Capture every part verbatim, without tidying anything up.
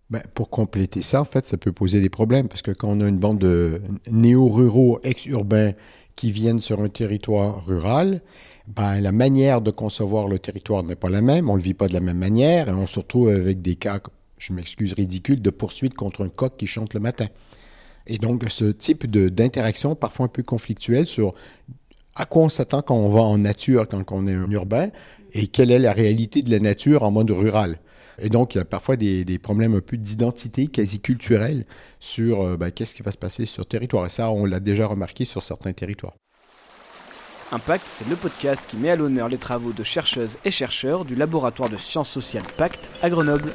Ben, pour compléter ça, en fait, ça peut poser des problèmes parce que quand on a une bande de néo-ruraux, ex-urbains qui viennent sur un territoire rural, ben, la manière de concevoir le territoire n'est pas la même, on ne le vit pas de la même manière et on se retrouve avec des cas, je m'excuse, ridicules, de poursuite contre un coq qui chante le matin. Et donc, ce type de, d'interaction, parfois un peu conflictuelle, sur à quoi on s'attend quand on va en nature, quand on est un urbain, et quelle est la réalité de la nature en mode rural. Et donc, il y a parfois des, des problèmes un peu d'identité quasi culturelle sur euh, ben, qu'est-ce qui va se passer sur le territoire. Et ça, on l'a déjà remarqué sur certains territoires. Impact, c'est le podcast qui met à l'honneur les travaux de chercheuses et chercheurs du laboratoire de sciences sociales Pacte à Grenoble.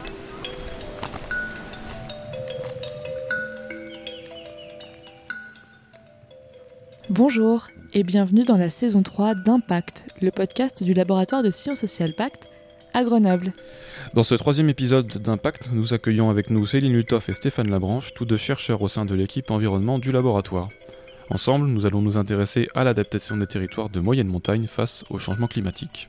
Bonjour et bienvenue dans la saison trois d'Impact, le podcast du laboratoire de sciences sociales Pacte à Grenoble. Dans ce troisième épisode d'Impact, nous accueillons avec nous Céline Lutoff et Stéphane Labranche, tous deux chercheurs au sein de l'équipe environnement du laboratoire. Ensemble, nous allons nous intéresser à l'adaptation des territoires de moyenne montagne face au changement climatique.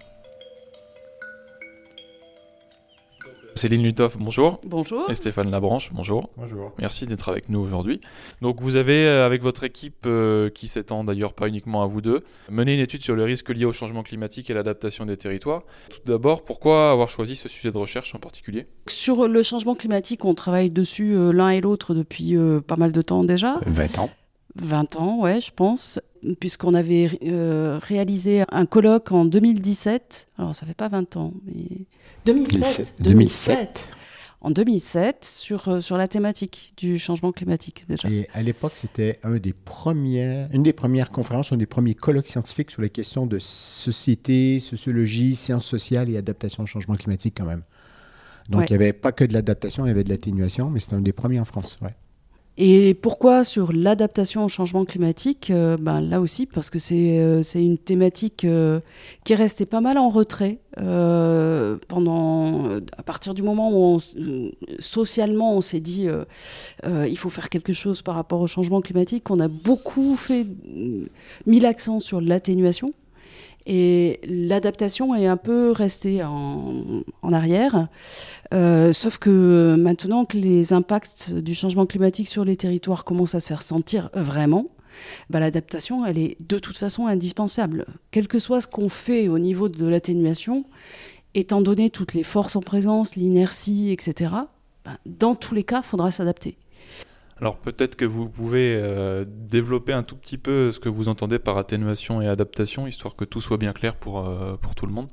Céline Lutoff, bonjour. Bonjour. Et Stéphane Labranche, bonjour. Bonjour. Merci d'être avec nous aujourd'hui. Donc vous avez, avec votre équipe, euh, qui s'étend d'ailleurs pas uniquement à vous deux, mené une étude sur le risque lié au changement climatique et l'adaptation des territoires. Tout d'abord, pourquoi avoir choisi ce sujet de recherche en particulier ? Sur le changement climatique, on travaille dessus euh, l'un et l'autre depuis euh, pas mal de temps déjà. vingt ans. vingt ans, ouais, je pense, puisqu'on avait euh, réalisé un colloque en deux mille dix-sept. Alors, ça fait pas vingt ans, mais... deux mille sept deux mille sept En deux mille sept, sur, euh, sur la thématique du changement climatique, déjà. Et à l'époque, c'était un des premières, une des premières conférences, un des premiers colloques scientifiques sur les questions de société, sociologie, sciences sociales et adaptation au changement climatique quand même. Donc, Ouais. il n'y avait pas que de l'adaptation, il y avait de l'atténuation, mais c'était un des premiers en France, ouais. Et pourquoi sur l'adaptation au changement climatique euh, ben, là aussi, parce que c'est, euh, c'est une thématique euh, qui est restée pas mal en retrait euh, pendant, à partir du moment où on, euh, socialement on s'est dit euh, euh, il faut faire quelque chose par rapport au changement climatique. On a beaucoup fait, mis l'accent sur l'atténuation. Et l'adaptation est un peu restée en, en arrière, euh, sauf que maintenant que les impacts du changement climatique sur les territoires commencent à se faire sentir vraiment, bah, l'adaptation, elle est de toute façon indispensable. Quel que soit ce qu'on fait au niveau de l'atténuation, étant donné toutes les forces en présence, l'inertie, et cetera, bah, dans tous les cas, il faudra s'adapter. Alors peut-être que vous pouvez euh, développer un tout petit peu ce que vous entendez par atténuation et adaptation, histoire que tout soit bien clair pour, euh, pour tout le monde.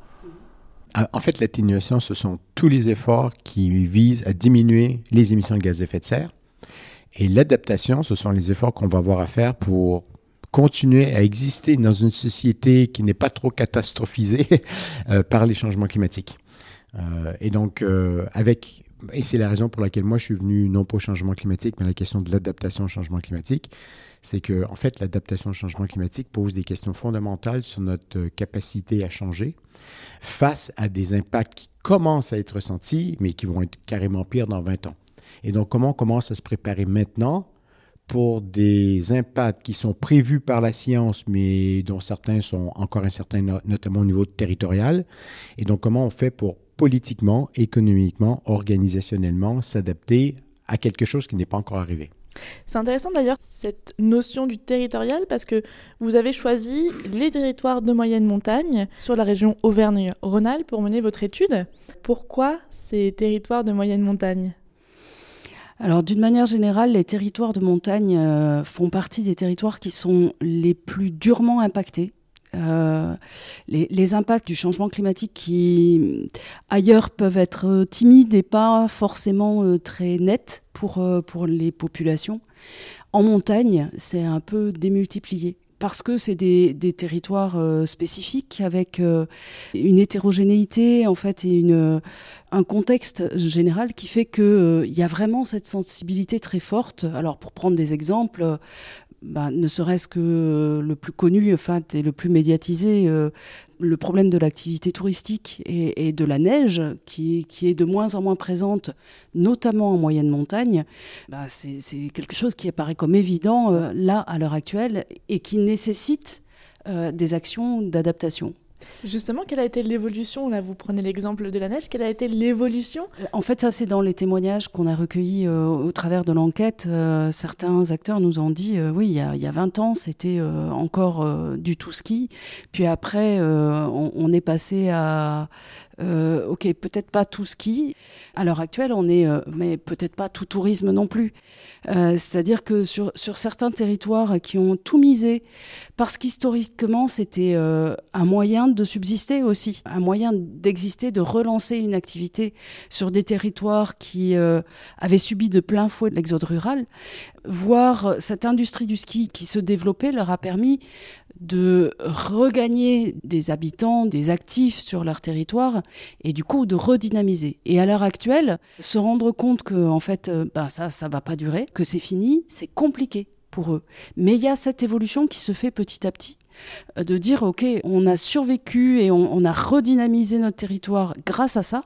En fait, l'atténuation, ce sont tous les efforts qui visent à diminuer les émissions de gaz à effet de serre. Et l'adaptation, ce sont les efforts qu'on va avoir à faire pour continuer à exister dans une société qui n'est pas trop catastrophisée euh, par les changements climatiques. Euh, et donc, euh, avec... Et c'est la raison pour laquelle moi, je suis venu non pas au changement climatique, mais à la question de l'adaptation au changement climatique. C'est que, en fait, l'adaptation au changement climatique pose des questions fondamentales sur notre capacité à changer face à des impacts qui commencent à être ressentis, mais qui vont être carrément pires dans vingt ans. Et donc, comment on commence à se préparer maintenant pour des impacts qui sont prévus par la science, mais dont certains sont encore incertains, notamment au niveau territorial. Et donc, comment on fait pour politiquement, économiquement, organisationnellement, s'adapter à quelque chose qui n'est pas encore arrivé. C'est intéressant d'ailleurs cette notion du territorial parce que vous avez choisi les territoires de moyenne montagne sur la région Auvergne-Rhône-Alpes pour mener votre étude. Pourquoi ces territoires de moyenne montagne ? Alors, d'une manière générale, les territoires de montagne euh, font partie des territoires qui sont les plus durement impactés. Euh, les, les impacts du changement climatique qui, ailleurs, peuvent être timides et pas forcément euh, très nets pour, euh, pour les populations. En montagne, c'est un peu démultiplié. Parce que c'est des, des territoires euh, spécifiques avec euh, une hétérogénéité en fait, et une, un contexte général qui fait qu'il euh, y a vraiment cette sensibilité très forte. Alors pour prendre des exemples, bah, ne serait-ce que euh, le plus connu enfin, et le plus médiatisé, euh, le problème de l'activité touristique et, et de la neige qui, qui est de moins en moins présente, notamment en moyenne montagne, bah c'est, c'est quelque chose qui apparaît comme évident euh, là, à l'heure actuelle, et qui nécessite euh, des actions d'adaptation. Justement, quelle a été l'évolution? Là, vous prenez l'exemple de la neige. Quelle a été l'évolution? En fait, ça, c'est dans les témoignages qu'on a recueillis euh, au travers de l'enquête. Euh, certains acteurs nous ont dit, euh, oui, il y, a, il y a vingt ans, c'était euh, encore euh, du tout ski. Puis après, euh, on, on est passé à... Euh, ok, peut-être pas tout ski. À l'heure actuelle, on est, euh, mais peut-être pas tout tourisme non plus. Euh, c'est-à-dire que sur, sur certains territoires qui ont tout misé, parce qu'historiquement, c'était euh, un moyen de subsister aussi, un moyen d'exister, de relancer une activité sur des territoires qui euh, avaient subi de plein fouet l'exode rural. Voir cette industrie du ski qui se développait leur a permis de regagner des habitants, des actifs sur leur territoire et du coup de redynamiser. Et à l'heure actuelle, se rendre compte que en fait, ben ça, ça va pas durer, que c'est fini, c'est compliqué pour eux. Mais il y a cette évolution qui se fait petit à petit, de dire ok, on a survécu et on, on a redynamisé notre territoire grâce à ça.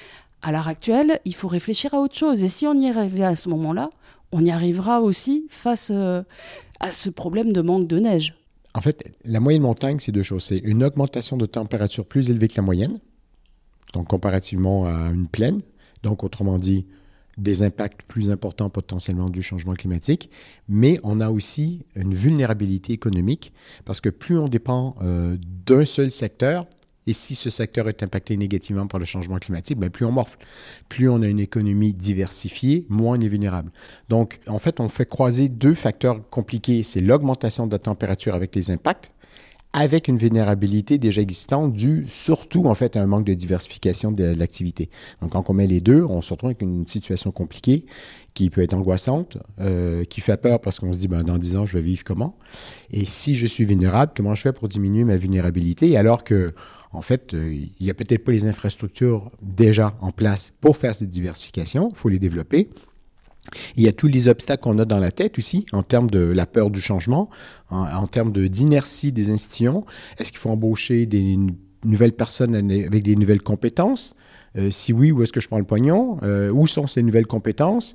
À l'heure actuelle, il faut réfléchir à autre chose. Et si on y arrivait à ce moment-là, on y arrivera aussi face euh, à ce problème de manque de neige. En fait, la moyenne montagne, c'est deux choses. C'est une augmentation de température plus élevée que la moyenne, donc comparativement à une plaine. Donc, autrement dit, des impacts plus importants potentiellement du changement climatique. Mais on a aussi une vulnérabilité économique parce que plus on dépend euh, d'un seul secteur, et si ce secteur est impacté négativement par le changement climatique, bien, plus on morfle. Plus on a une économie diversifiée, moins on est vulnérable. Donc, en fait, on fait croiser deux facteurs compliqués. C'est l'augmentation de la température avec les impacts, avec une vulnérabilité déjà existante due surtout, en fait, à un manque de diversification de l'activité. Donc, quand on met les deux, on se retrouve avec une situation compliquée qui peut être angoissante, euh, qui fait peur parce qu'on se dit, ben, dans dix ans, je vais vivre comment? Et si je suis vulnérable, comment je fais pour diminuer ma vulnérabilité? Alors que en fait, euh, il n'y a peut-être pas les infrastructures déjà en place pour faire cette diversification. Il faut les développer. Il y a tous les obstacles qu'on a dans la tête aussi, en termes de la peur du changement, en, en termes de, d'inertie des institutions. Est-ce qu'il faut embaucher des nouvelles personnes avec des nouvelles compétences? Euh, si oui, où est-ce que je prends le pognon? Euh, où sont ces nouvelles compétences?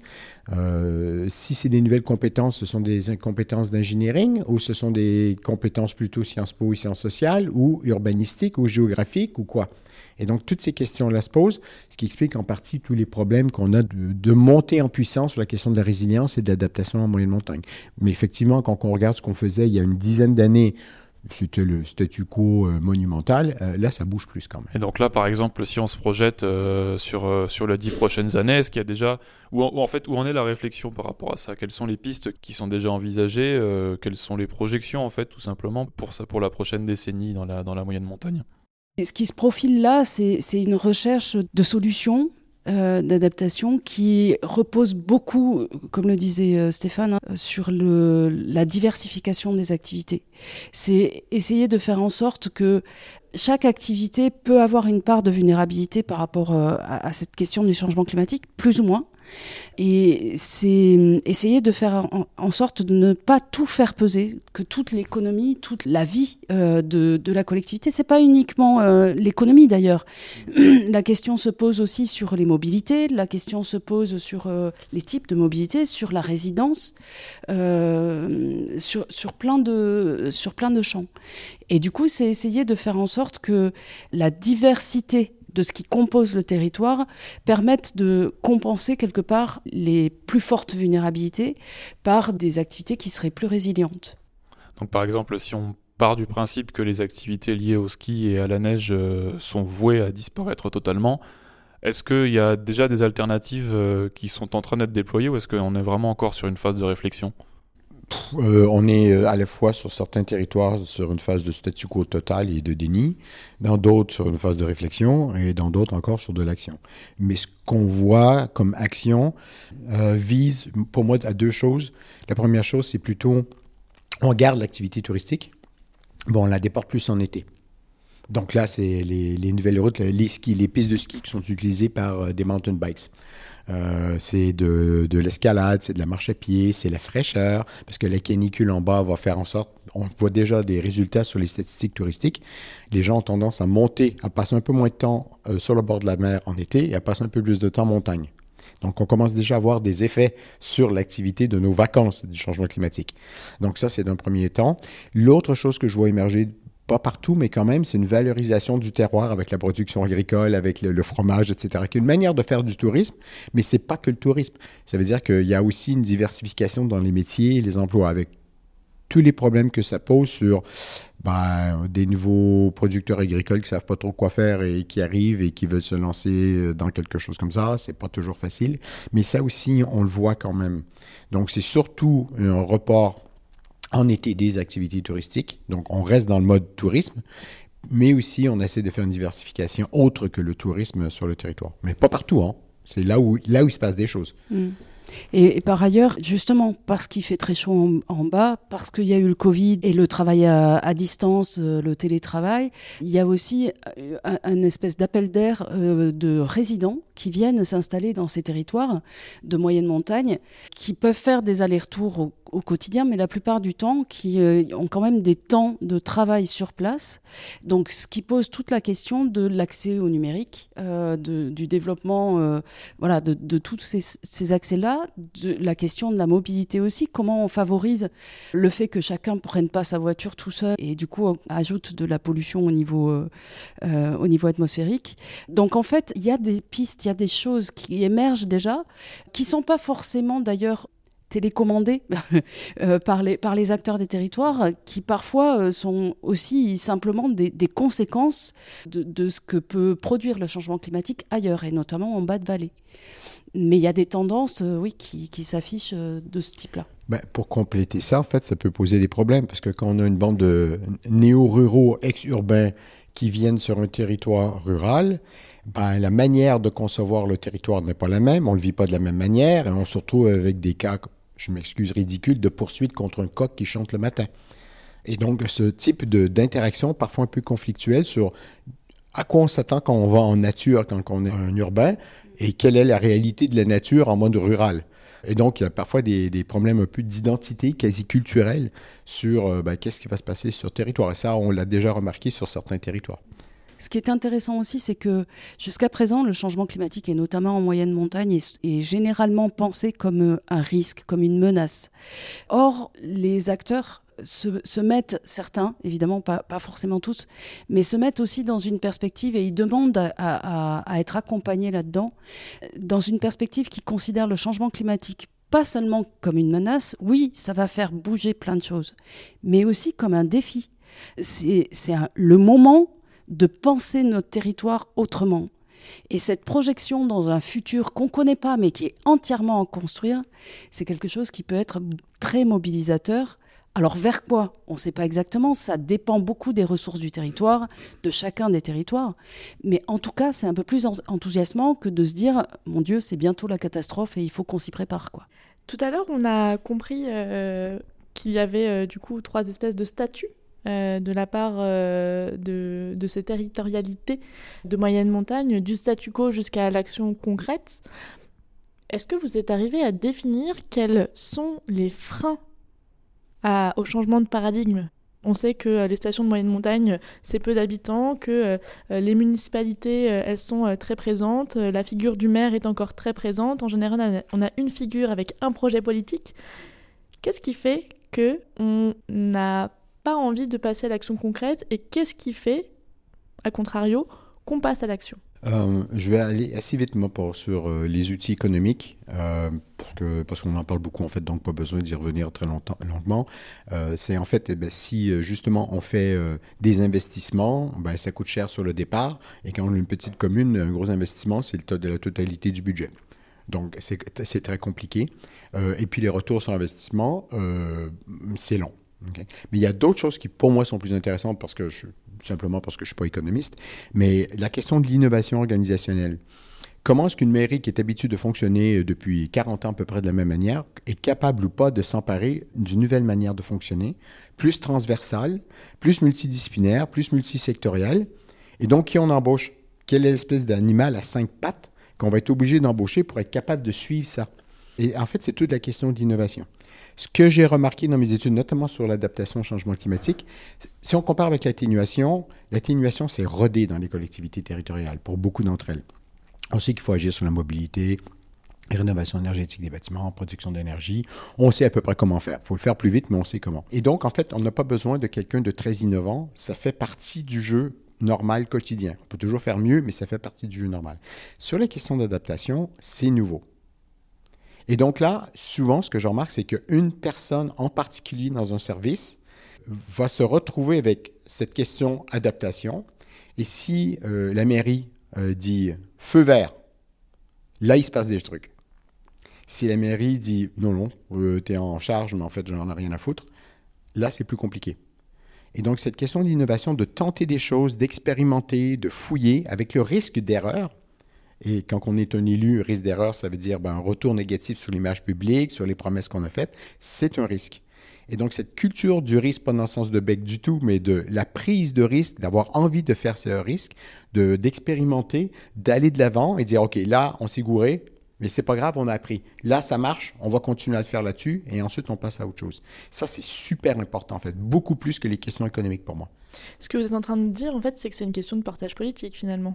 Euh, si c'est des nouvelles compétences, ce sont des compétences d'engineering ou ce sont des compétences plutôt Sciences Po ou sciences sociales ou urbanistiques ou géographiques ou quoi? Et donc, toutes ces questions-là se posent, ce qui explique en partie tous les problèmes qu'on a de, de montée en puissance sur la question de la résilience et de l'adaptation en moyenne montagne. Mais effectivement, quand on regarde ce qu'on faisait il y a une dizaine d'années, c'était le statu quo euh, monumental. Euh, là, ça bouge plus quand même. Et donc là, par exemple, si on se projette euh, sur, euh, sur les dix prochaines années, est-ce qu'il y a déjà... Où en, où en fait, où en est la réflexion par rapport à ça? Quelles sont les pistes qui sont déjà envisagées? euh, Quelles sont les projections, en fait, tout simplement, pour, ça, pour la prochaine décennie dans la, dans la moyenne montagne? Et ce qui se profile là, c'est, c'est une recherche de solutions, euh, d'adaptation qui repose beaucoup, comme le disait euh, Stéphane, hein, sur le, la diversification des activités. C'est essayer de faire en sorte que chaque activité peut avoir une part de vulnérabilité par rapport euh, à, à cette question du changement climatique, plus ou moins. Et c'est essayer de faire en, en sorte de ne pas tout faire peser, que toute l'économie, toute la vie euh, de, de la collectivité, c'est pas uniquement euh, l'économie d'ailleurs. La question se pose aussi sur les mobilités, la question se pose sur euh, les types de mobilité, sur la résidence, euh, sur, sur, plein de, sur plein de champs. Et du coup, c'est essayer de faire en sorte que la diversité de ce qui compose le territoire permettent de compenser quelque part les plus fortes vulnérabilités par des activités qui seraient plus résilientes. Donc par exemple, si on part du principe que les activités liées au ski et à la neige euh, sont vouées à disparaître totalement, est-ce qu'il y a déjà des alternatives euh, qui sont en train d'être déployées ou est-ce qu'on est vraiment encore sur une phase de réflexion ? Euh, on est à la fois sur certains territoires sur une phase de statu quo total et de déni, dans d'autres sur une phase de réflexion et dans d'autres encore sur de l'action. Mais ce qu'on voit comme action euh, vise pour moi à deux choses. La première chose, c'est plutôt on garde l'activité touristique, bon, on la déporte plus en été. Donc là, c'est les, les nouvelles routes, les skis, les pistes de ski qui sont utilisées par euh, des mountain bikes. Euh, c'est de, de l'escalade, c'est de la marche à pied, c'est la fraîcheur, parce que la canicule en bas va faire en sorte, on voit déjà des résultats sur les statistiques touristiques, les gens ont tendance à monter, à passer un peu moins de temps euh, sur le bord de la mer en été et à passer un peu plus de temps en montagne. Donc, on commence déjà à voir des effets sur l'activité de nos vacances du changement climatique. Donc ça, c'est d'un premier temps. L'autre chose que je vois émerger pas partout, mais quand même, c'est une valorisation du terroir avec la production agricole, avec le, le fromage, et cetera, qui est une manière de faire du tourisme, mais c'est pas que le tourisme. Ça veut dire qu'il y a aussi une diversification dans les métiers et les emplois, avec tous les problèmes que ça pose sur ben, des nouveaux producteurs agricoles qui ne savent pas trop quoi faire et qui arrivent et qui veulent se lancer dans quelque chose comme ça. C'est pas toujours facile, mais ça aussi, on le voit quand même. Donc, c'est surtout un report en été des activités touristiques. Donc, on reste dans le mode tourisme, mais aussi, on essaie de faire une diversification autre que le tourisme sur le territoire. Mais pas partout, hein. C'est là où, là où il se passe des choses. Mmh. Et, et par ailleurs, justement, parce qu'il fait très chaud en, en bas, parce qu'il y a eu le Covid et le travail à, à distance, euh, le télétravail, il y a aussi un, un espèce d'appel d'air euh, de résidents qui viennent s'installer dans ces territoires de moyenne montagne, qui peuvent faire des allers-retours au, au quotidien, mais la plupart du temps, qui euh, ont quand même des temps de travail sur place. Donc, ce qui pose toute la question de l'accès au numérique, euh, de, du développement, euh, voilà, de, de tous ces, ces accès-là, de la question de la mobilité aussi, comment on favorise le fait que chacun ne prenne pas sa voiture tout seul et du coup ajoute de la pollution au niveau, euh, euh, au niveau atmosphérique. Donc en fait, il y a des pistes, il y a des choses qui émergent déjà, qui ne sont pas forcément d'ailleurs télécommandées euh, par, les, par les acteurs des territoires, qui parfois euh, sont aussi simplement des, des conséquences de, de ce que peut produire le changement climatique ailleurs, et notamment en bas de vallée. Mais il y a des tendances, euh, oui, qui, qui s'affichent euh, de ce type-là. Ben, pour compléter ça, en fait, ça peut poser des problèmes, parce que quand on a une bande de néo-ruraux, ex-urbains, qui viennent sur un territoire rural, ben, la manière de concevoir le territoire n'est pas la même, on ne le vit pas de la même manière, et on se retrouve avec des cas, je m'excuse, ridicules, de poursuite contre un coq qui chante le matin. Et donc, ce type de, d'interaction, parfois un peu conflictuelle, sur à quoi on s'attend quand on va en nature, quand on est un urbain, et quelle est la réalité de la nature en mode rural. Et donc, il y a parfois des, des problèmes un peu d'identité quasi culturelle sur euh, ben, qu'est-ce qui va se passer sur le territoire. Et ça, on l'a déjà remarqué sur certains territoires. Ce qui est intéressant aussi, c'est que jusqu'à présent, le changement climatique, et notamment en moyenne montagne, est, est généralement pensé comme un risque, comme une menace. Or, les acteurs Se, se mettent, certains, évidemment pas, pas forcément tous, mais se mettent aussi dans une perspective, et ils demandent à, à, à être accompagnés là-dedans, dans une perspective qui considère le changement climatique pas seulement comme une menace, oui, ça va faire bouger plein de choses, mais aussi comme un défi. C'est, c'est un, le moment de penser notre territoire autrement. Et cette projection dans un futur qu'on ne connaît pas, mais qui est entièrement à construire, c'est quelque chose qui peut être très mobilisateur. Alors vers quoi ? On ne sait pas exactement, ça dépend beaucoup des ressources du territoire, de chacun des territoires. Mais en tout cas, c'est un peu plus enthousiasmant que de se dire « Mon Dieu, c'est bientôt la catastrophe et il faut qu'on s'y prépare. » quoi. Tout à l'heure, on a compris euh, qu'il y avait euh, du coup trois espèces de statuts euh, de la part euh, de, de ces territorialités de moyenne montagne, du statu quo jusqu'à l'action concrète. Est-ce que vous êtes arrivé à définir quels sont les freins À, au changement de paradigme? On sait que euh, les stations de moyenne montagne, c'est peu d'habitants, que euh, les municipalités, euh, elles sont euh, très présentes, euh, la figure du maire est encore très présente. En général, on a, on a une figure avec un projet politique. Qu'est-ce qui fait qu'on n'a pas envie de passer à l'action concrète, et qu'est-ce qui fait, à contrario, qu'on passe à l'action? Euh, je vais aller assez vite moi, pour, sur euh, les outils économiques, euh, parce, que, parce qu'on en parle beaucoup, en fait, donc pas besoin d'y revenir très longtemps, longuement. Euh, c'est en fait, eh ben, si justement on fait euh, des investissements, ben, ça coûte cher sur le départ, et quand on a une petite commune, un gros investissement, c'est le taux de la totalité du budget. Donc, c'est, c'est très compliqué. Euh, et puis, les retours sur investissement, euh, c'est long. Okay. Mais il y a d'autres choses qui, pour moi, sont plus intéressantes parce que je, simplement parce que je ne suis pas économiste. Mais la question de l'innovation organisationnelle. Comment est-ce qu'une mairie qui est habituée de fonctionner depuis quarante ans à peu près de la même manière est capable ou pas de s'emparer d'une nouvelle manière de fonctionner, plus transversale, plus multidisciplinaire, plus multisectorielle? Et donc, qui on embauche? Quelle est l'espèce d'animal à cinq pattes qu'on va être obligé d'embaucher pour être capable de suivre ça? Et en fait, c'est toute la question de l'innovation. Ce que j'ai remarqué dans mes études, notamment sur l'adaptation au changement climatique, si on compare avec l'atténuation, l'atténuation, c'est rodé dans les collectivités territoriales pour beaucoup d'entre elles. On sait qu'il faut agir sur la mobilité, rénovation énergétique des bâtiments, production d'énergie. On sait à peu près comment faire. Il faut le faire plus vite, mais on sait comment. Et donc, en fait, on n'a pas besoin de quelqu'un de très innovant. Ça fait partie du jeu normal, quotidien. On peut toujours faire mieux, mais ça fait partie du jeu normal. Sur les questions d'adaptation, c'est nouveau. Et donc là, souvent, ce que je remarque, c'est qu'une personne en particulier dans un service va se retrouver avec cette question adaptation. Et si euh, la mairie euh, dit « feu vert », là, il se passe des trucs. Si la mairie dit « non, non, euh, tu es en charge, mais en fait, j'en ai rien à foutre », là, c'est plus compliqué. Et donc, cette question d'innovation, de tenter des choses, d'expérimenter, de fouiller, avec le risque d'erreur, et quand on est un élu, risque d'erreur, ça veut dire ben, un retour négatif sur l'image publique, sur les promesses qu'on a faites, c'est un risque. Et donc, cette culture du risque, pas dans le sens de bec du tout, mais de la prise de risque, d'avoir envie de faire ce risque, de, d'expérimenter, d'aller de l'avant et dire, OK, là, on s'est gouré, mais c'est pas grave, on a appris. Là, ça marche, on va continuer à le faire là-dessus et ensuite, on passe à autre chose. Ça, c'est super important, en fait, beaucoup plus que les questions économiques pour moi. Ce que vous êtes en train de dire, en fait, c'est que c'est une question de partage politique, finalement.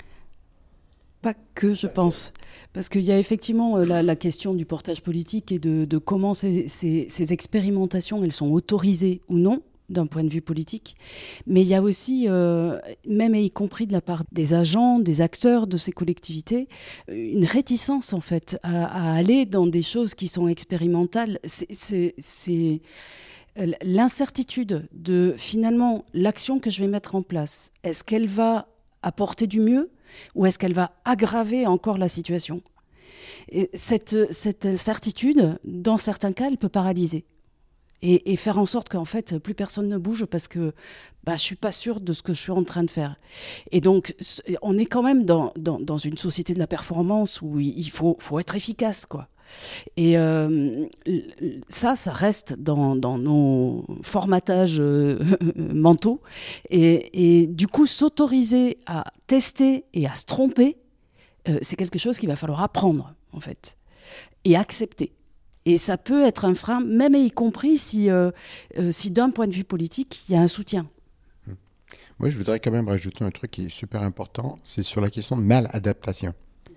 Pas que, je pense. Parce qu'il y a effectivement euh, la, la question du portage politique et de, de comment ces, ces, ces expérimentations, elles sont autorisées ou non, d'un point de vue politique. Mais il y a aussi, euh, même et y compris de la part des agents, des acteurs de ces collectivités, une réticence, en fait, à, à aller dans des choses qui sont expérimentales. C'est... c'est, c'est l'incertitude de, finalement, l'action que je vais mettre en place. Est-ce qu'elle va apporter du mieux ? Ou est-ce qu'elle va aggraver encore la situation ? Et cette, cette incertitude, dans certains cas, elle peut paralyser. Et, et faire en sorte qu'en fait, plus personne ne bouge parce que bah, je ne suis pas sûre de ce que je suis en train de faire. Et donc, on est quand même dans, dans, dans une société de la performance où il faut, faut être efficace, quoi. Et euh, ça, ça reste dans, dans nos formatages euh, mentaux. Et, et du coup, s'autoriser à tester et à se tromper, euh, c'est quelque chose qu'il va falloir apprendre, en fait, et accepter. Et ça peut être un frein, même et y compris si, euh, euh, si d'un point de vue politique, il y a un soutien. Moi, je voudrais quand même rajouter un truc qui est super important, c'est sur la question de maladaptation.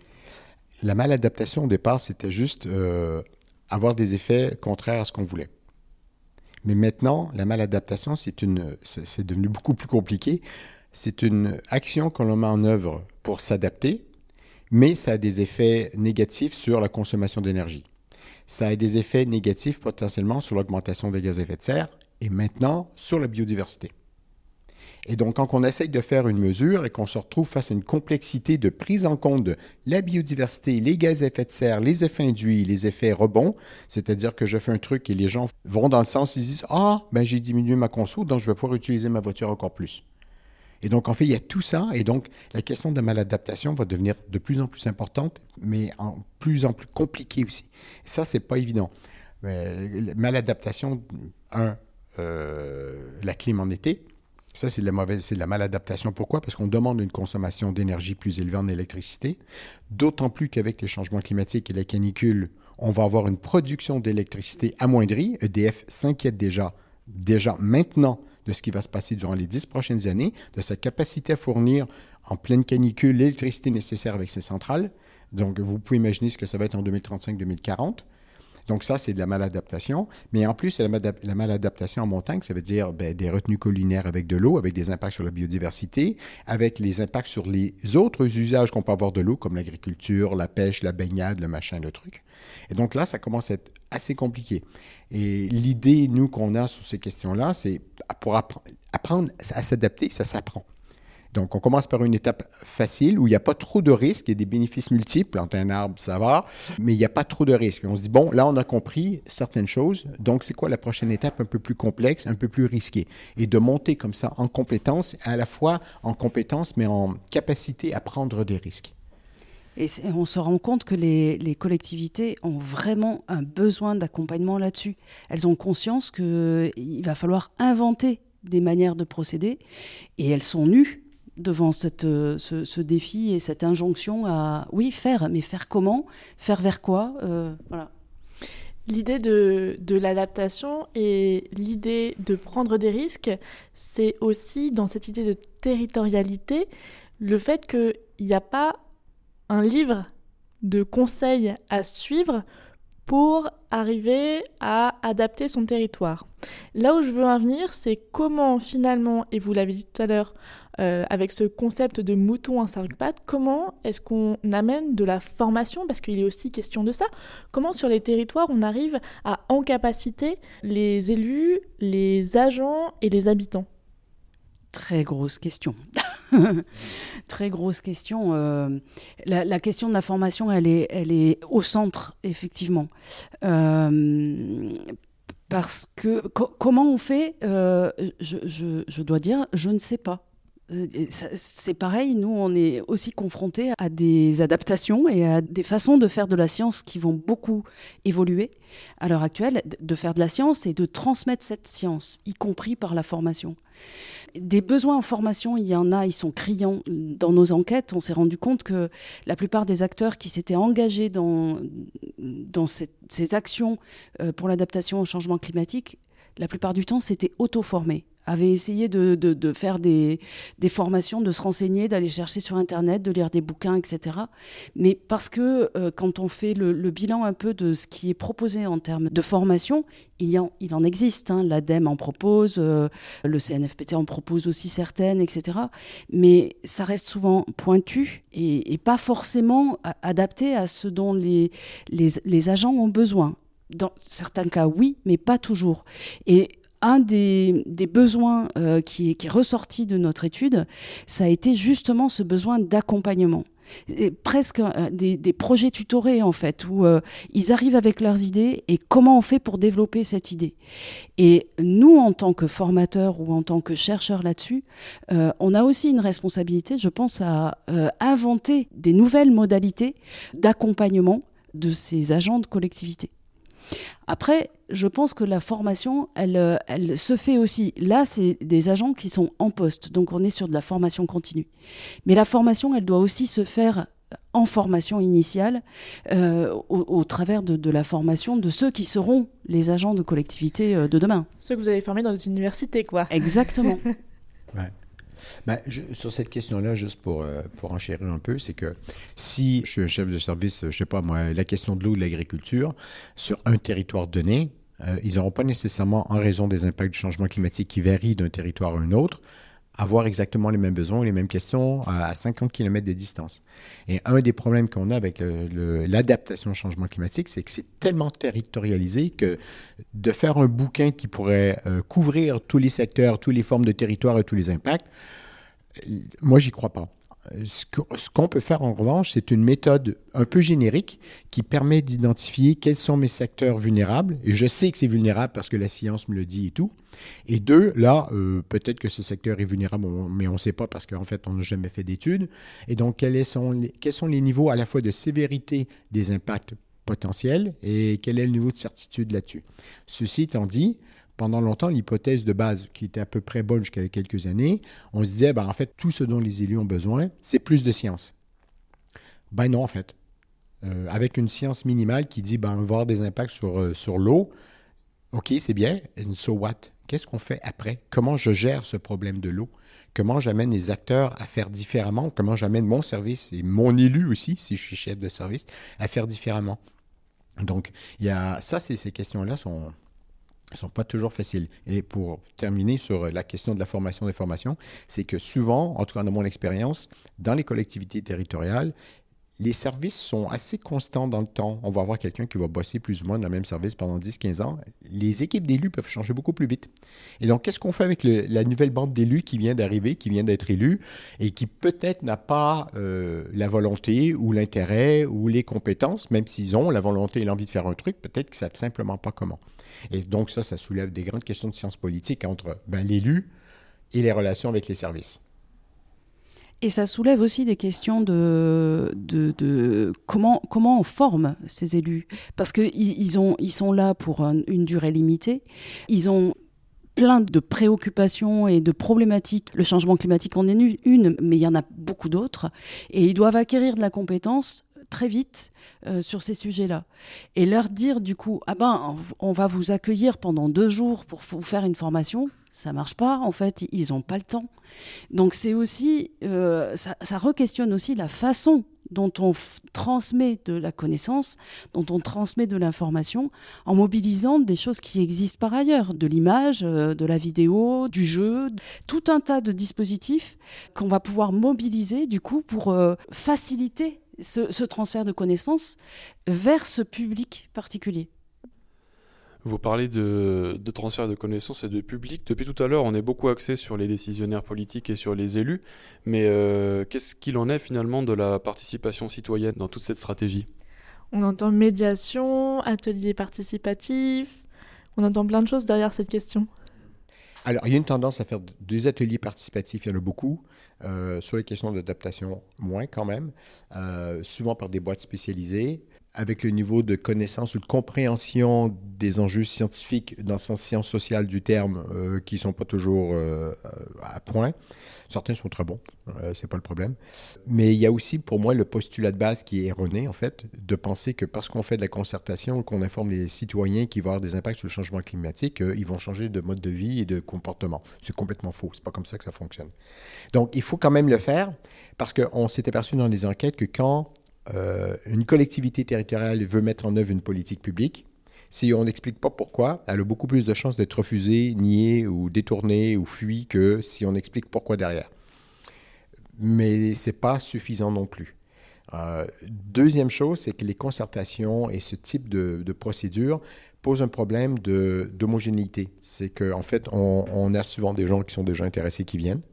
La maladaptation, au départ, c'était juste euh, avoir des effets contraires à ce qu'on voulait. Mais maintenant, la maladaptation, c'est, une, c'est, c'est devenu beaucoup plus compliqué. C'est une action que l'on met en œuvre pour s'adapter, mais ça a des effets négatifs sur la consommation d'énergie. Ça a des effets négatifs potentiellement sur l'augmentation des gaz à effet de serre et maintenant sur la biodiversité. Et donc, quand on essaye de faire une mesure et qu'on se retrouve face à une complexité de prise en compte de la biodiversité, les gaz à effet de serre, les effets induits, les effets rebonds, c'est-à-dire que je fais un truc et les gens vont dans le sens, ils disent « Ah, ben j'ai diminué ma conso, donc je vais pouvoir utiliser ma voiture encore plus. » Et donc, en fait, il y a tout ça. Et donc, la question de la maladaptation va devenir de plus en plus importante, mais en plus en plus compliquée aussi. Et ça, c'est pas évident. Mais, maladaptation, un, euh, la clim en été. Ça, c'est de la mauvaise, c'est de la maladaptation. Pourquoi? Parce qu'on demande une consommation d'énergie plus élevée en électricité. D'autant plus qu'avec les changements climatiques et la canicule, on va avoir une production d'électricité amoindrie. E D F s'inquiète déjà, déjà maintenant de ce qui va se passer durant les dix prochaines années, de sa capacité à fournir en pleine canicule l'électricité nécessaire avec ses centrales. Donc, vous pouvez imaginer ce que ça va être en deux mille trente-cinq deux mille quarante. Donc ça, c'est de la maladaptation. Mais en plus, c'est la, mal- la maladaptation en montagne, ça veut dire ben, des retenues collinaires avec de l'eau, avec des impacts sur la biodiversité, avec les impacts sur les autres usages qu'on peut avoir de l'eau, comme l'agriculture, la pêche, la baignade, le machin, le truc. Et donc là, ça commence à être assez compliqué. Et l'idée, nous, qu'on a sur ces questions-là, c'est pour appre- apprendre à s'adapter, ça s'apprend. Donc, on commence par une étape facile où il n'y a pas trop de risques, il y a des bénéfices multiples. Planter un arbre, ça va, mais il n'y a pas trop de risques. Et on se dit, bon, là, on a compris certaines choses. Donc, c'est quoi la prochaine étape un peu plus complexe, un peu plus risquée? Et de monter comme ça en compétence, à la fois en compétence, mais en capacité à prendre des risques. Et on se rend compte que les, les collectivités ont vraiment un besoin d'accompagnement là-dessus. Elles ont conscience qu'il va falloir inventer des manières de procéder et elles sont nues devant cette, ce, ce défi et cette injonction à, oui, faire, mais faire comment? Faire vers quoi? euh, Voilà. L'idée de, de l'adaptation et l'idée de prendre des risques, c'est aussi dans cette idée de territorialité, le fait qu'il n'y a pas un livre de conseils à suivre pour arriver à adapter son territoire. Là où je veux en venir, c'est comment finalement, et vous l'avez dit tout à l'heure, euh, avec ce concept de mouton à cinq pattes, comment est-ce qu'on amène de la formation, parce qu'il est aussi question de ça, comment sur les territoires on arrive à incapaciter les élus, les agents et les habitants? Très grosse question. Très grosse question. Euh, la, la question de la formation, elle est, elle est au centre, effectivement. Euh, parce que co- comment on fait euh, je, je, je dois dire, je ne sais pas. C'est pareil, nous on est aussi confrontés à des adaptations et à des façons de faire de la science qui vont beaucoup évoluer à l'heure actuelle, de faire de la science et de transmettre cette science, y compris par la formation. Des besoins en formation, il y en a, ils sont criants. Dans nos enquêtes, on s'est rendu compte que la plupart des acteurs qui s'étaient engagés dans, dans ces, ces actions pour l'adaptation au changement climatique, la plupart du temps, s'étaient auto-formés, avaient essayé de, de, de faire des, des formations, de se renseigner, d'aller chercher sur Internet, de lire des bouquins, et cetera. Mais parce que euh, quand on fait le, le bilan un peu de ce qui est proposé en termes de formation, il, y en, il en existe. Hein. L'ADEME en propose, euh, le C N F P T en propose aussi certaines, et cetera. Mais ça reste souvent pointu et, et pas forcément adapté à ce dont les, les, les agents ont besoin. Dans certains cas, oui, mais pas toujours. Et un des, des besoins euh, qui, est, qui est ressorti de notre étude, ça a été justement ce besoin d'accompagnement. Et presque euh, des, des projets tutorés, en fait, où euh, ils arrivent avec leurs idées et comment on fait pour développer cette idée. Et nous, en tant que formateurs ou en tant que chercheurs là-dessus, euh, on a aussi une responsabilité, je pense, à euh, inventer des nouvelles modalités d'accompagnement de ces agents de collectivité. Après, je pense que la formation, elle, elle se fait aussi. Là, c'est des agents qui sont en poste, donc on est sur de la formation continue. Mais la formation, elle doit aussi se faire en formation initiale, euh, au, au travers de, de la formation de ceux qui seront les agents de collectivité de demain. Ceux que vous avez formés dans les universités, quoi. Exactement. Ouais. Ben, je, sur cette question-là, juste pour, euh, pour enchérir un peu, c'est que si je suis un chef de service, je ne sais pas moi, la question de l'eau, de l'agriculture, sur un territoire donné, euh, ils n'auront pas nécessairement, en raison des impacts du changement climatique qui varient d'un territoire à un autre, avoir exactement les mêmes besoins, les mêmes questions à, à cinquante kilomètres de distance. Et un des problèmes qu'on a avec le, le, l'adaptation au changement climatique, c'est que c'est tellement territorialisé que de faire un bouquin qui pourrait euh, couvrir tous les secteurs, toutes les formes de territoire et tous les impacts, moi, j'y crois pas. Ce, que, ce qu'on peut faire, en revanche, c'est une méthode un peu générique qui permet d'identifier quels sont mes secteurs vulnérables. Et je sais que c'est vulnérable parce que la science me le dit et tout. Et deux, là, euh, peut-être que ce secteur est vulnérable, mais on ne sait pas parce qu'en fait, on n'a jamais fait d'études. Et donc, quels sont, les, quels sont les niveaux à la fois de sévérité des impacts potentiels et quel est le niveau de certitude là-dessus? Ceci étant dit, pendant longtemps, l'hypothèse de base, qui était à peu près bonne jusqu'à quelques années, on se disait, ben, en fait, tout ce dont les élus ont besoin, c'est plus de science. Ben non, en fait. Euh, avec une science minimale qui dit, ben, on va avoir des impacts sur, euh, sur l'eau, OK, c'est bien, and so what? Qu'est-ce qu'on fait après? Comment je gère ce problème de l'eau? Comment j'amène les acteurs à faire différemment? Comment j'amène mon service et mon élu aussi, si je suis chef de service, à faire différemment? Donc, il y a ça, c'est, ces questions-là sont... ne sont pas toujours faciles. Et pour terminer sur la question de la formation des formations, c'est que souvent, en tout cas dans mon expérience, dans les collectivités territoriales, les services sont assez constants dans le temps. On va avoir quelqu'un qui va bosser plus ou moins dans le même service pendant dix à quinze ans. Les équipes d'élus peuvent changer beaucoup plus vite. Et donc, qu'est-ce qu'on fait avec le, la nouvelle bande d'élus qui vient d'arriver, qui vient d'être élue et qui peut-être n'a pas euh, la volonté ou l'intérêt ou les compétences, même s'ils ont la volonté et l'envie de faire un truc, peut-être qu'ils ne savent simplement pas comment. Et donc ça, ça soulève des grandes questions de sciences politiques entre ben, l'élu et les relations avec les services. Et ça soulève aussi des questions de, de, de comment, comment on forme ces élus. Parce qu'ils ils ont, ils sont là pour un, une durée limitée. Ils ont plein de préoccupations et de problématiques. Le changement climatique en est une, mais il y en a beaucoup d'autres. Et ils doivent acquérir de la compétence très vite euh, sur ces sujets-là. Et leur dire du coup, ah ben, on va vous accueillir pendant deux jours pour vous faire une formation, ça marche pas, en fait, ils n'ont pas le temps. Donc c'est aussi, euh, ça, ça re-questionne aussi la façon dont on f- transmet de la connaissance, dont on transmet de l'information, en mobilisant des choses qui existent par ailleurs, de l'image, euh, de la vidéo, du jeu, tout un tas de dispositifs qu'on va pouvoir mobiliser du coup pour euh, faciliter ce, ce transfert de connaissances vers ce public particulier. Vous parlez de, de transfert de connaissances et de public. Depuis tout à l'heure, on est beaucoup axé sur les décisionnaires politiques et sur les élus. Mais euh, qu'est-ce qu'il en est finalement de la participation citoyenne dans toute cette stratégie ? On entend médiation, atelier participatif, on entend plein de choses derrière cette question. Alors, il y a une tendance à faire des ateliers participatifs, il y en a beaucoup. Euh, sur les questions d'adaptation, moins quand même. Euh, souvent par des boîtes spécialisées. Avec le niveau de connaissance ou de compréhension des enjeux scientifiques dans le sens sciences sociales du terme, euh, qui ne sont pas toujours euh, à point. Certains sont très bons, euh, c'est pas le problème. Mais il y a aussi pour moi le postulat de base qui est erroné, en fait, de penser que parce qu'on fait de la concertation, qu'on informe les citoyens qu'il va y avoir des impacts sur le changement climatique, euh, ils vont changer de mode de vie et de comportement. C'est complètement faux, c'est pas comme ça que ça fonctionne. Donc il faut quand même le faire, parce qu'on s'est aperçu dans les enquêtes que quand Euh, une collectivité territoriale veut mettre en œuvre une politique publique, si on n'explique pas pourquoi, elle a beaucoup plus de chances d'être refusée, niée ou détournée ou fuie que si on explique pourquoi derrière. Mais ce n'est pas suffisant non plus. Euh, deuxième chose, c'est que les concertations et ce type de, de procédure posent un problème de, d'homogénéité. C'est qu'en fait, on, on a souvent des gens qui sont déjà intéressés qui viennent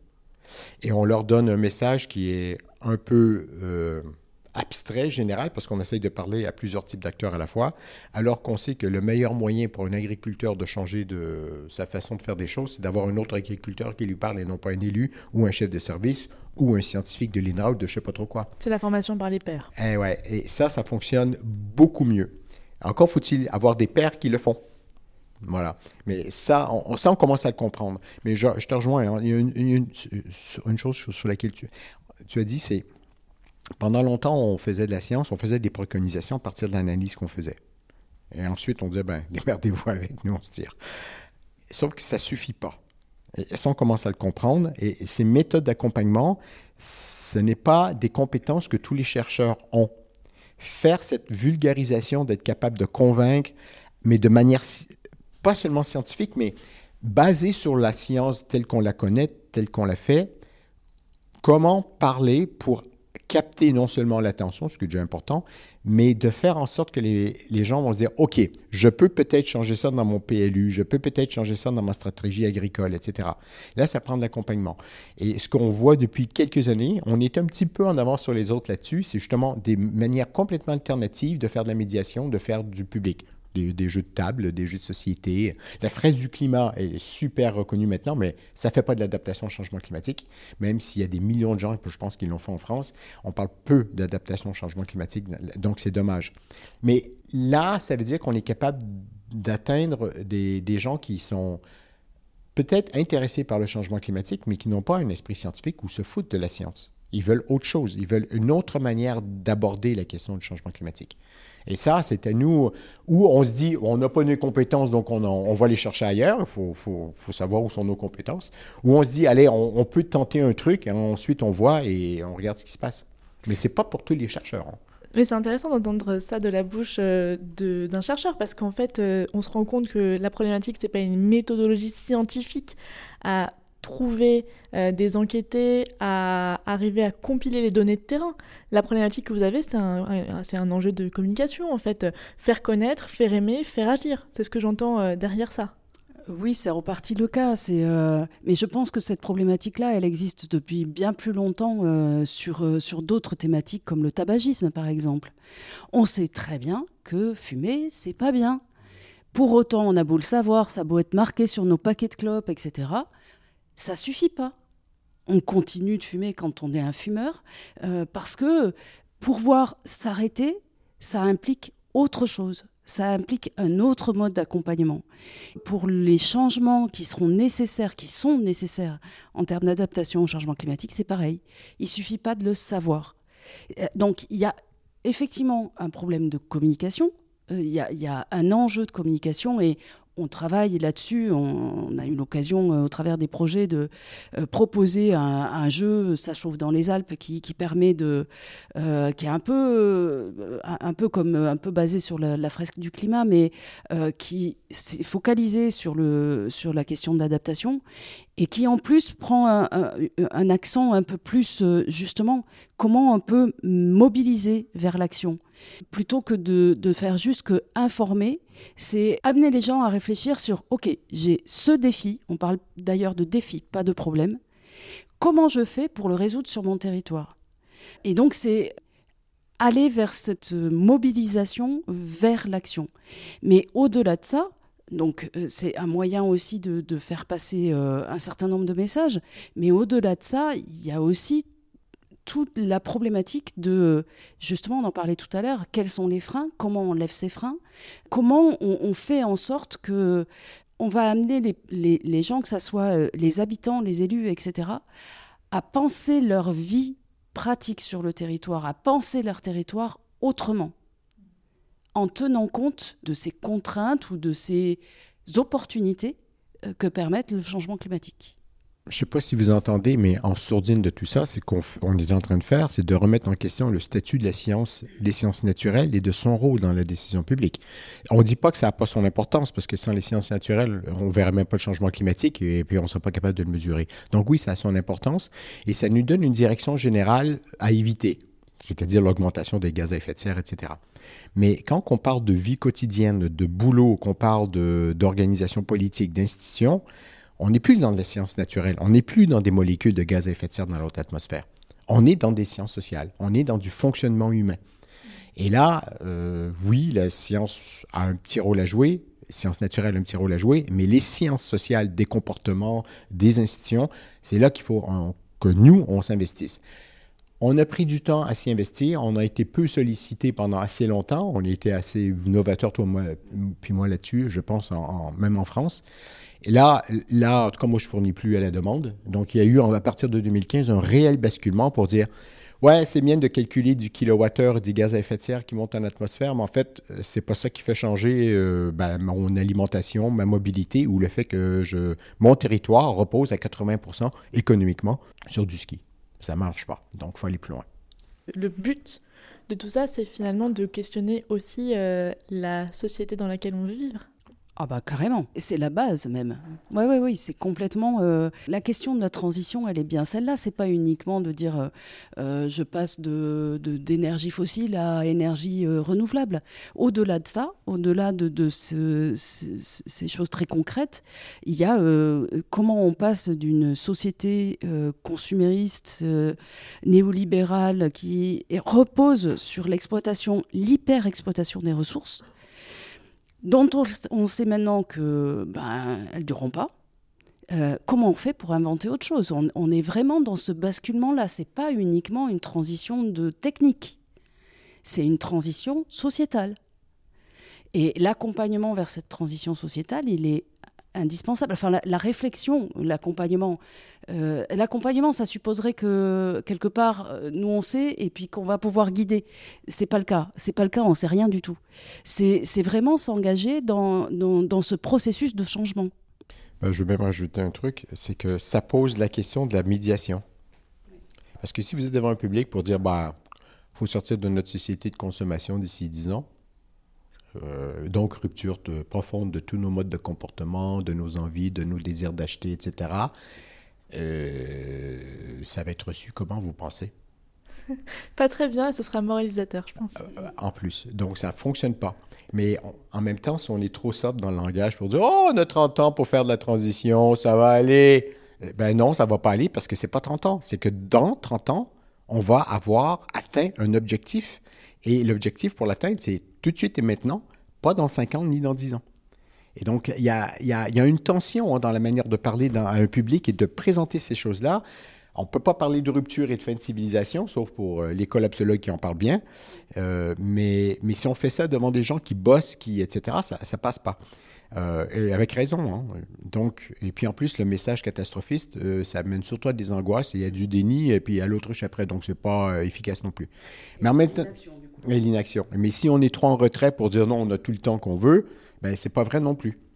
et on leur donne un message qui est un peu... Euh, abstrait, général, parce qu'on essaye de parler à plusieurs types d'acteurs à la fois, alors qu'on sait que le meilleur moyen pour un agriculteur de changer de sa façon de faire des choses, c'est d'avoir un autre agriculteur qui lui parle et non pas un élu ou un chef de service ou un scientifique de l'I N R A ou de je ne sais pas trop quoi. C'est la formation par les pairs. Eh ouais, et ça, ça fonctionne beaucoup mieux. Encore faut-il avoir des pairs qui le font. Voilà. Mais ça, on, ça, on commence à le comprendre. Mais je, je te rejoins, hein. Il y a une, une, une chose sur, sur laquelle tu, tu as dit, c'est pendant longtemps, on faisait de la science, on faisait des préconisations à partir de l'analyse qu'on faisait. Et ensuite, on disait, ben, démerdez-vous avec, nous, on se tire. Sauf que ça ne suffit pas. Et ça, on commence à le comprendre. Et ces méthodes d'accompagnement, ce n'est pas des compétences que tous les chercheurs ont. Faire cette vulgarisation, d'être capable de convaincre, mais de manière pas seulement scientifique, mais basée sur la science telle qu'on la connaît, telle qu'on la fait, comment parler pour capter non seulement l'attention, ce qui est déjà important, mais de faire en sorte que les, les gens vont se dire « OK, je peux peut-être changer ça dans mon P L U, je peux peut-être changer ça dans ma stratégie agricole, et cetera » Là, ça prend de l'accompagnement. Et ce qu'on voit depuis quelques années, on est un petit peu en avance sur les autres là-dessus, c'est justement des manières complètement alternatives de faire de la médiation, de faire du public. Des, des jeux de table, des jeux de société. La fraise du climat est super reconnue maintenant, mais ça ne fait pas de l'adaptation au changement climatique. Même s'il y a des millions de gens, je pense qu'ils l'ont fait en France, on parle peu d'adaptation au changement climatique, donc c'est dommage. Mais là, ça veut dire qu'on est capable d'atteindre des, des gens qui sont peut-être intéressés par le changement climatique, mais qui n'ont pas un esprit scientifique ou se foutent de la science. Ils veulent autre chose. Ils veulent une autre manière d'aborder la question du changement climatique. Et ça, c'est à nous où on se dit, on n'a pas nos compétences, donc on, en, on va les chercher ailleurs. Il faut, faut, faut savoir où sont nos compétences. Où on se dit, allez, on, on peut tenter un truc, et ensuite on voit et on regarde ce qui se passe. Mais ce n'est pas pour tous les chercheurs. Hein. Mais c'est intéressant d'entendre ça de la bouche euh, de, d'un chercheur, parce qu'en fait, euh, on se rend compte que la problématique, ce n'est pas une méthodologie scientifique à trouver euh, des enquêtés, à arriver à compiler les données de terrain. La problématique que vous avez, c'est un, un, c'est un enjeu de communication, en fait. Faire connaître, faire aimer, faire agir. C'est ce que j'entends euh, derrière ça. Oui, c'est reparti le cas. C'est, euh... Mais je pense que cette problématique-là, elle existe depuis bien plus longtemps euh, sur, euh, sur d'autres thématiques, comme le tabagisme, par exemple. On sait très bien que fumer, c'est pas bien. Pour autant, on a beau le savoir, ça a beau être marqué sur nos paquets de clopes, et cetera, ça suffit pas. On continue de fumer quand on est un fumeur, euh, parce que pouvoir s'arrêter, ça implique autre chose. Ça implique un autre mode d'accompagnement. Pour les changements qui seront nécessaires, qui sont nécessaires en termes d'adaptation au changement climatique, c'est pareil. Il ne suffit pas de le savoir. Donc, il y a effectivement un problème de communication. Il y a, il y a un enjeu de communication et on travaille là-dessus. On, on a eu l'occasion, euh, au travers des projets, de euh, proposer un, un jeu, Ça chauffe dans les Alpes, qui, qui permet de, euh, qui est un peu, euh, un peu comme un peu basé sur la, la fresque du climat, mais euh, qui s'est focalisé sur le sur la question de l'adaptation et qui en plus prend un, un, un accent un peu plus euh, justement comment on peut mobiliser vers l'action. Plutôt que de, de faire juste que informer, c'est amener les gens à réfléchir sur « Ok, j'ai ce défi », on parle d'ailleurs de défi, pas de problème, comment je fais pour le résoudre sur mon territoire ? Et donc c'est aller vers cette mobilisation, vers l'action. Mais au-delà de ça, donc euh, c'est un moyen aussi de, de faire passer euh, un certain nombre de messages, mais au-delà de ça, il y a aussi toute la problématique de, justement, on en parlait tout à l'heure, quels sont les freins, comment on lève ces freins, comment on, on fait en sorte que on va amener les, les, les gens, que ce soit les habitants, les élus, et cetera, à penser leur vie pratique sur le territoire, à penser leur territoire autrement, en tenant compte de ces contraintes ou de ces opportunités que permettent le changement climatique. Je ne sais pas si vous entendez, mais en sourdine de tout ça, c'est qu'on f- on est en train de faire, c'est de remettre en question le statut de la science, des sciences naturelles et de son rôle dans la décision publique. On ne dit pas que ça n'a pas son importance, parce que sans les sciences naturelles, on ne verrait même pas le changement climatique et puis on ne serait pas capable de le mesurer. Donc oui, ça a son importance et ça nous donne une direction générale à éviter, c'est-à-dire l'augmentation des gaz à effet de serre, et cetera. Mais quand on parle de vie quotidienne, de boulot, qu'on parle de, d'organisation politique, d'institutions, on n'est plus dans la science naturelle, on n'est plus dans des molécules de gaz à effet de serre dans notre atmosphère. On est dans des sciences sociales, on est dans du fonctionnement humain. Et là, euh, oui, la science a un petit rôle à jouer, la science naturelle a un petit rôle à jouer, mais les sciences sociales, des comportements, des institutions, c'est là qu'il faut en, que nous, on s'investisse. On a pris du temps à s'y investir, on a été peu sollicité pendant assez longtemps, on a été assez novateur, toi, moi, puis moi là-dessus, je pense, en, en, même en France. Et là, là, en tout cas, moi, je ne fournis plus à la demande. Donc, il y a eu, à partir de deux mille quinze, un réel basculement pour dire « Ouais, c'est bien de calculer du kilowattheure du gaz à effet de serre qui monte en atmosphère, mais en fait, c'est pas ça qui fait changer euh, ben, mon alimentation, ma mobilité ou le fait que je, mon territoire repose à quatre-vingts pour cent économiquement sur du ski. Ça ne marche pas. Donc, il faut aller plus loin. » Le but de tout ça, c'est finalement de questionner aussi euh, la société dans laquelle on veut vivre. Ah bah carrément, c'est la base même. Oui, oui, oui, c'est complètement... Euh, la question de la transition, elle est bien celle-là. C'est pas uniquement de dire euh, euh, je passe de, de, d'énergie fossile à énergie euh, renouvelable. Au-delà de ça, au-delà de, de ce, ce, ces choses très concrètes, il y a euh, comment on passe d'une société euh, consumériste, euh, néolibérale, qui repose sur l'exploitation, l'hyper-exploitation des ressources, dont on, on sait maintenant qu'elles ben, ne dureront pas. Euh, comment on fait pour inventer autre chose ? on, on est vraiment dans ce basculement-là. Ce n'est pas uniquement une transition de technique, c'est une transition sociétale. Et l'accompagnement vers cette transition sociétale, il est indispensable. Enfin, la, la réflexion, l'accompagnement, euh, l'accompagnement, ça supposerait que quelque part, nous on sait et puis qu'on va pouvoir guider. C'est pas le cas. C'est pas le cas. On sait rien du tout. C'est, c'est vraiment s'engager dans, dans, dans ce processus de changement. Ben, je vais même rajouter un truc, c'est que ça pose la question de la médiation. Parce que si vous êtes devant un public pour dire, bah, faut sortir de notre société de consommation d'ici dix ans. Euh, donc, rupture de, profonde de tous nos modes de comportement, de nos envies, de nos désirs d'acheter, et cetera. Euh, ça va être reçu comment, vous pensez? Pas très bien, et ce sera moralisateur, je pense. Euh, en plus. Donc, ça ne fonctionne pas. Mais on, en même temps, si on est trop sobre dans le langage pour dire « Oh, on a trente ans pour faire de la transition, ça va aller », ben non, ça ne va pas aller parce que ce n'est pas trente ans. C'est que dans trente ans, on va avoir atteint un objectif. Et l'objectif pour l'atteindre, c'est tout de suite et maintenant, pas dans cinq ans ni dans dix ans. Et donc, il y a, y a, y a une tension hein, dans la manière de parler dans, à un public et de présenter ces choses-là. On ne peut pas parler de rupture et de fin de civilisation, sauf pour euh, les collapsologues qui en parlent bien. Euh, mais, mais si on fait ça devant des gens qui bossent, qui, et cetera, ça ne passe pas. Euh, et avec raison. Hein. Donc, et puis en plus, le message catastrophiste, euh, ça amène surtout à des angoisses. Il y a du déni et puis il y a l'autruche après. Donc, ce n'est pas euh, efficace non plus. Et mais en même temps... Et l'inaction. Mais si on est trop en retrait pour dire non, on a tout le temps qu'on veut, ben c'est pas vrai non plus.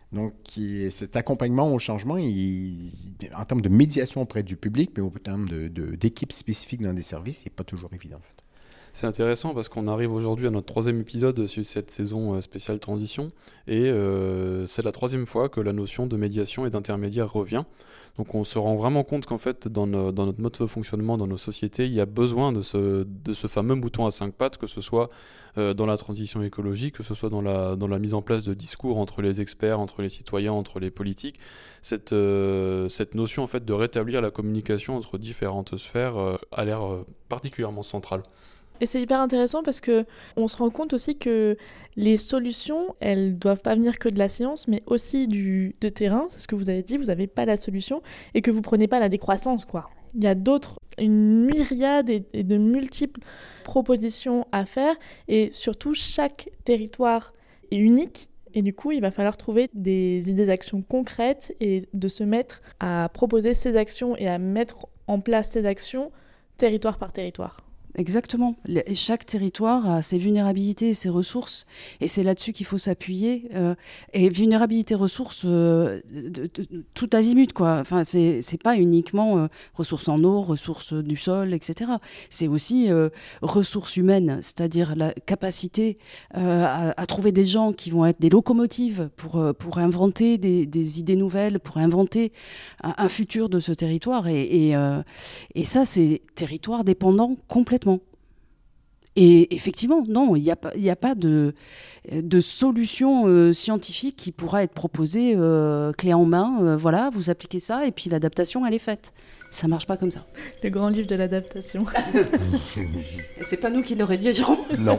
Donc, qui, cet accompagnement au changement, il, en termes de médiation auprès du public, mais en termes de, de, d'équipes spécifiques dans des services, c'est pas toujours évident, en fait. C'est intéressant parce qu'on arrive aujourd'hui à notre troisième épisode sur cette saison spéciale transition et euh, c'est la troisième fois que la notion de médiation et d'intermédiaire revient. Donc on se rend vraiment compte qu'en fait dans, nos, dans notre mode de fonctionnement, dans nos sociétés, il y a besoin de ce, de ce fameux mouton à cinq pattes, que ce soit euh, dans la transition écologique, que ce soit dans la, dans la mise en place de discours entre les experts, entre les citoyens, entre les politiques. Cette, euh, cette notion en fait de rétablir la communication entre différentes sphères euh, a l'air euh, particulièrement centrale. Et c'est hyper intéressant parce que on se rend compte aussi que les solutions, elles doivent pas venir que de la science, mais aussi du de terrain. C'est ce que vous avez dit, vous n'avez pas la solution et que vous prenez pas la décroissance, quoi. Il y a d'autres, une myriade et, et de multiples propositions à faire et surtout chaque territoire est unique. Et du coup, il va falloir trouver des idées d'action concrètes et de se mettre à proposer ces actions et à mettre en place ces actions territoire par territoire. Exactement. Chaque territoire a ses vulnérabilités et ses ressources, et c'est là-dessus qu'il faut s'appuyer. Euh, et vulnérabilité, ressources, euh, de, de, de, tout azimut, quoi. Enfin, c'est, c'est pas uniquement euh, ressources en eau, ressources du sol, et cetera. C'est aussi euh, ressources humaines, c'est-à-dire la capacité euh, à, à trouver des gens qui vont être des locomotives pour, pour inventer des, des idées nouvelles, pour inventer un, un futur de ce territoire. Et, et, euh, et ça, c'est territoire dépendant complètement. Et effectivement, non, il n'y a pas, il n'y a pas de, de solution euh, scientifique qui pourra être proposée euh, clé en main. Euh, voilà, vous appliquez ça et puis l'adaptation, elle est faite. Ça ne marche pas comme ça. Le grand livre de l'adaptation. Et c'est pas nous qui le rédigerons. Non.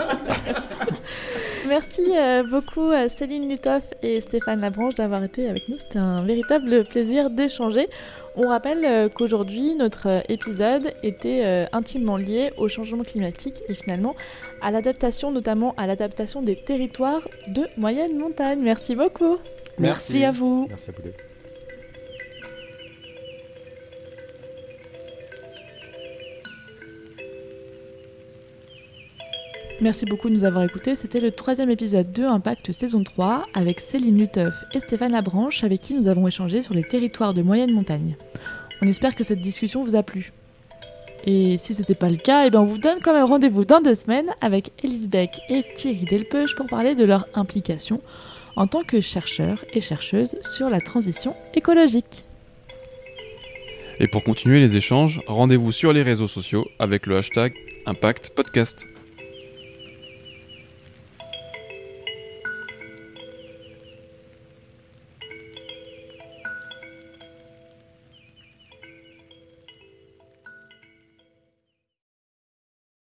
Merci euh, beaucoup à Céline Lutoff et Stéphane Labranche d'avoir été avec nous. C'était un véritable plaisir d'échanger. On rappelle euh, qu'aujourd'hui, notre euh, épisode était euh, intimement lié au changement climatique et finalement à l'adaptation, notamment à l'adaptation des territoires de moyenne montagne. Merci beaucoup. Merci, Merci à vous. Merci à vous deux. Merci beaucoup de nous avoir écoutés. C'était le troisième épisode de Impact saison trois avec Céline Lutoff et Stéphane Labranche avec qui nous avons échangé sur les territoires de moyenne montagne. On espère que cette discussion vous a plu. Et si ce n'était pas le cas, eh ben on vous donne quand même rendez-vous dans deux semaines avec Élise Beck et Thierry Delpeuch pour parler de leur implication en tant que chercheurs et chercheuses sur la transition écologique. Et pour continuer les échanges, rendez-vous sur les réseaux sociaux avec le hashtag Impact Podcast.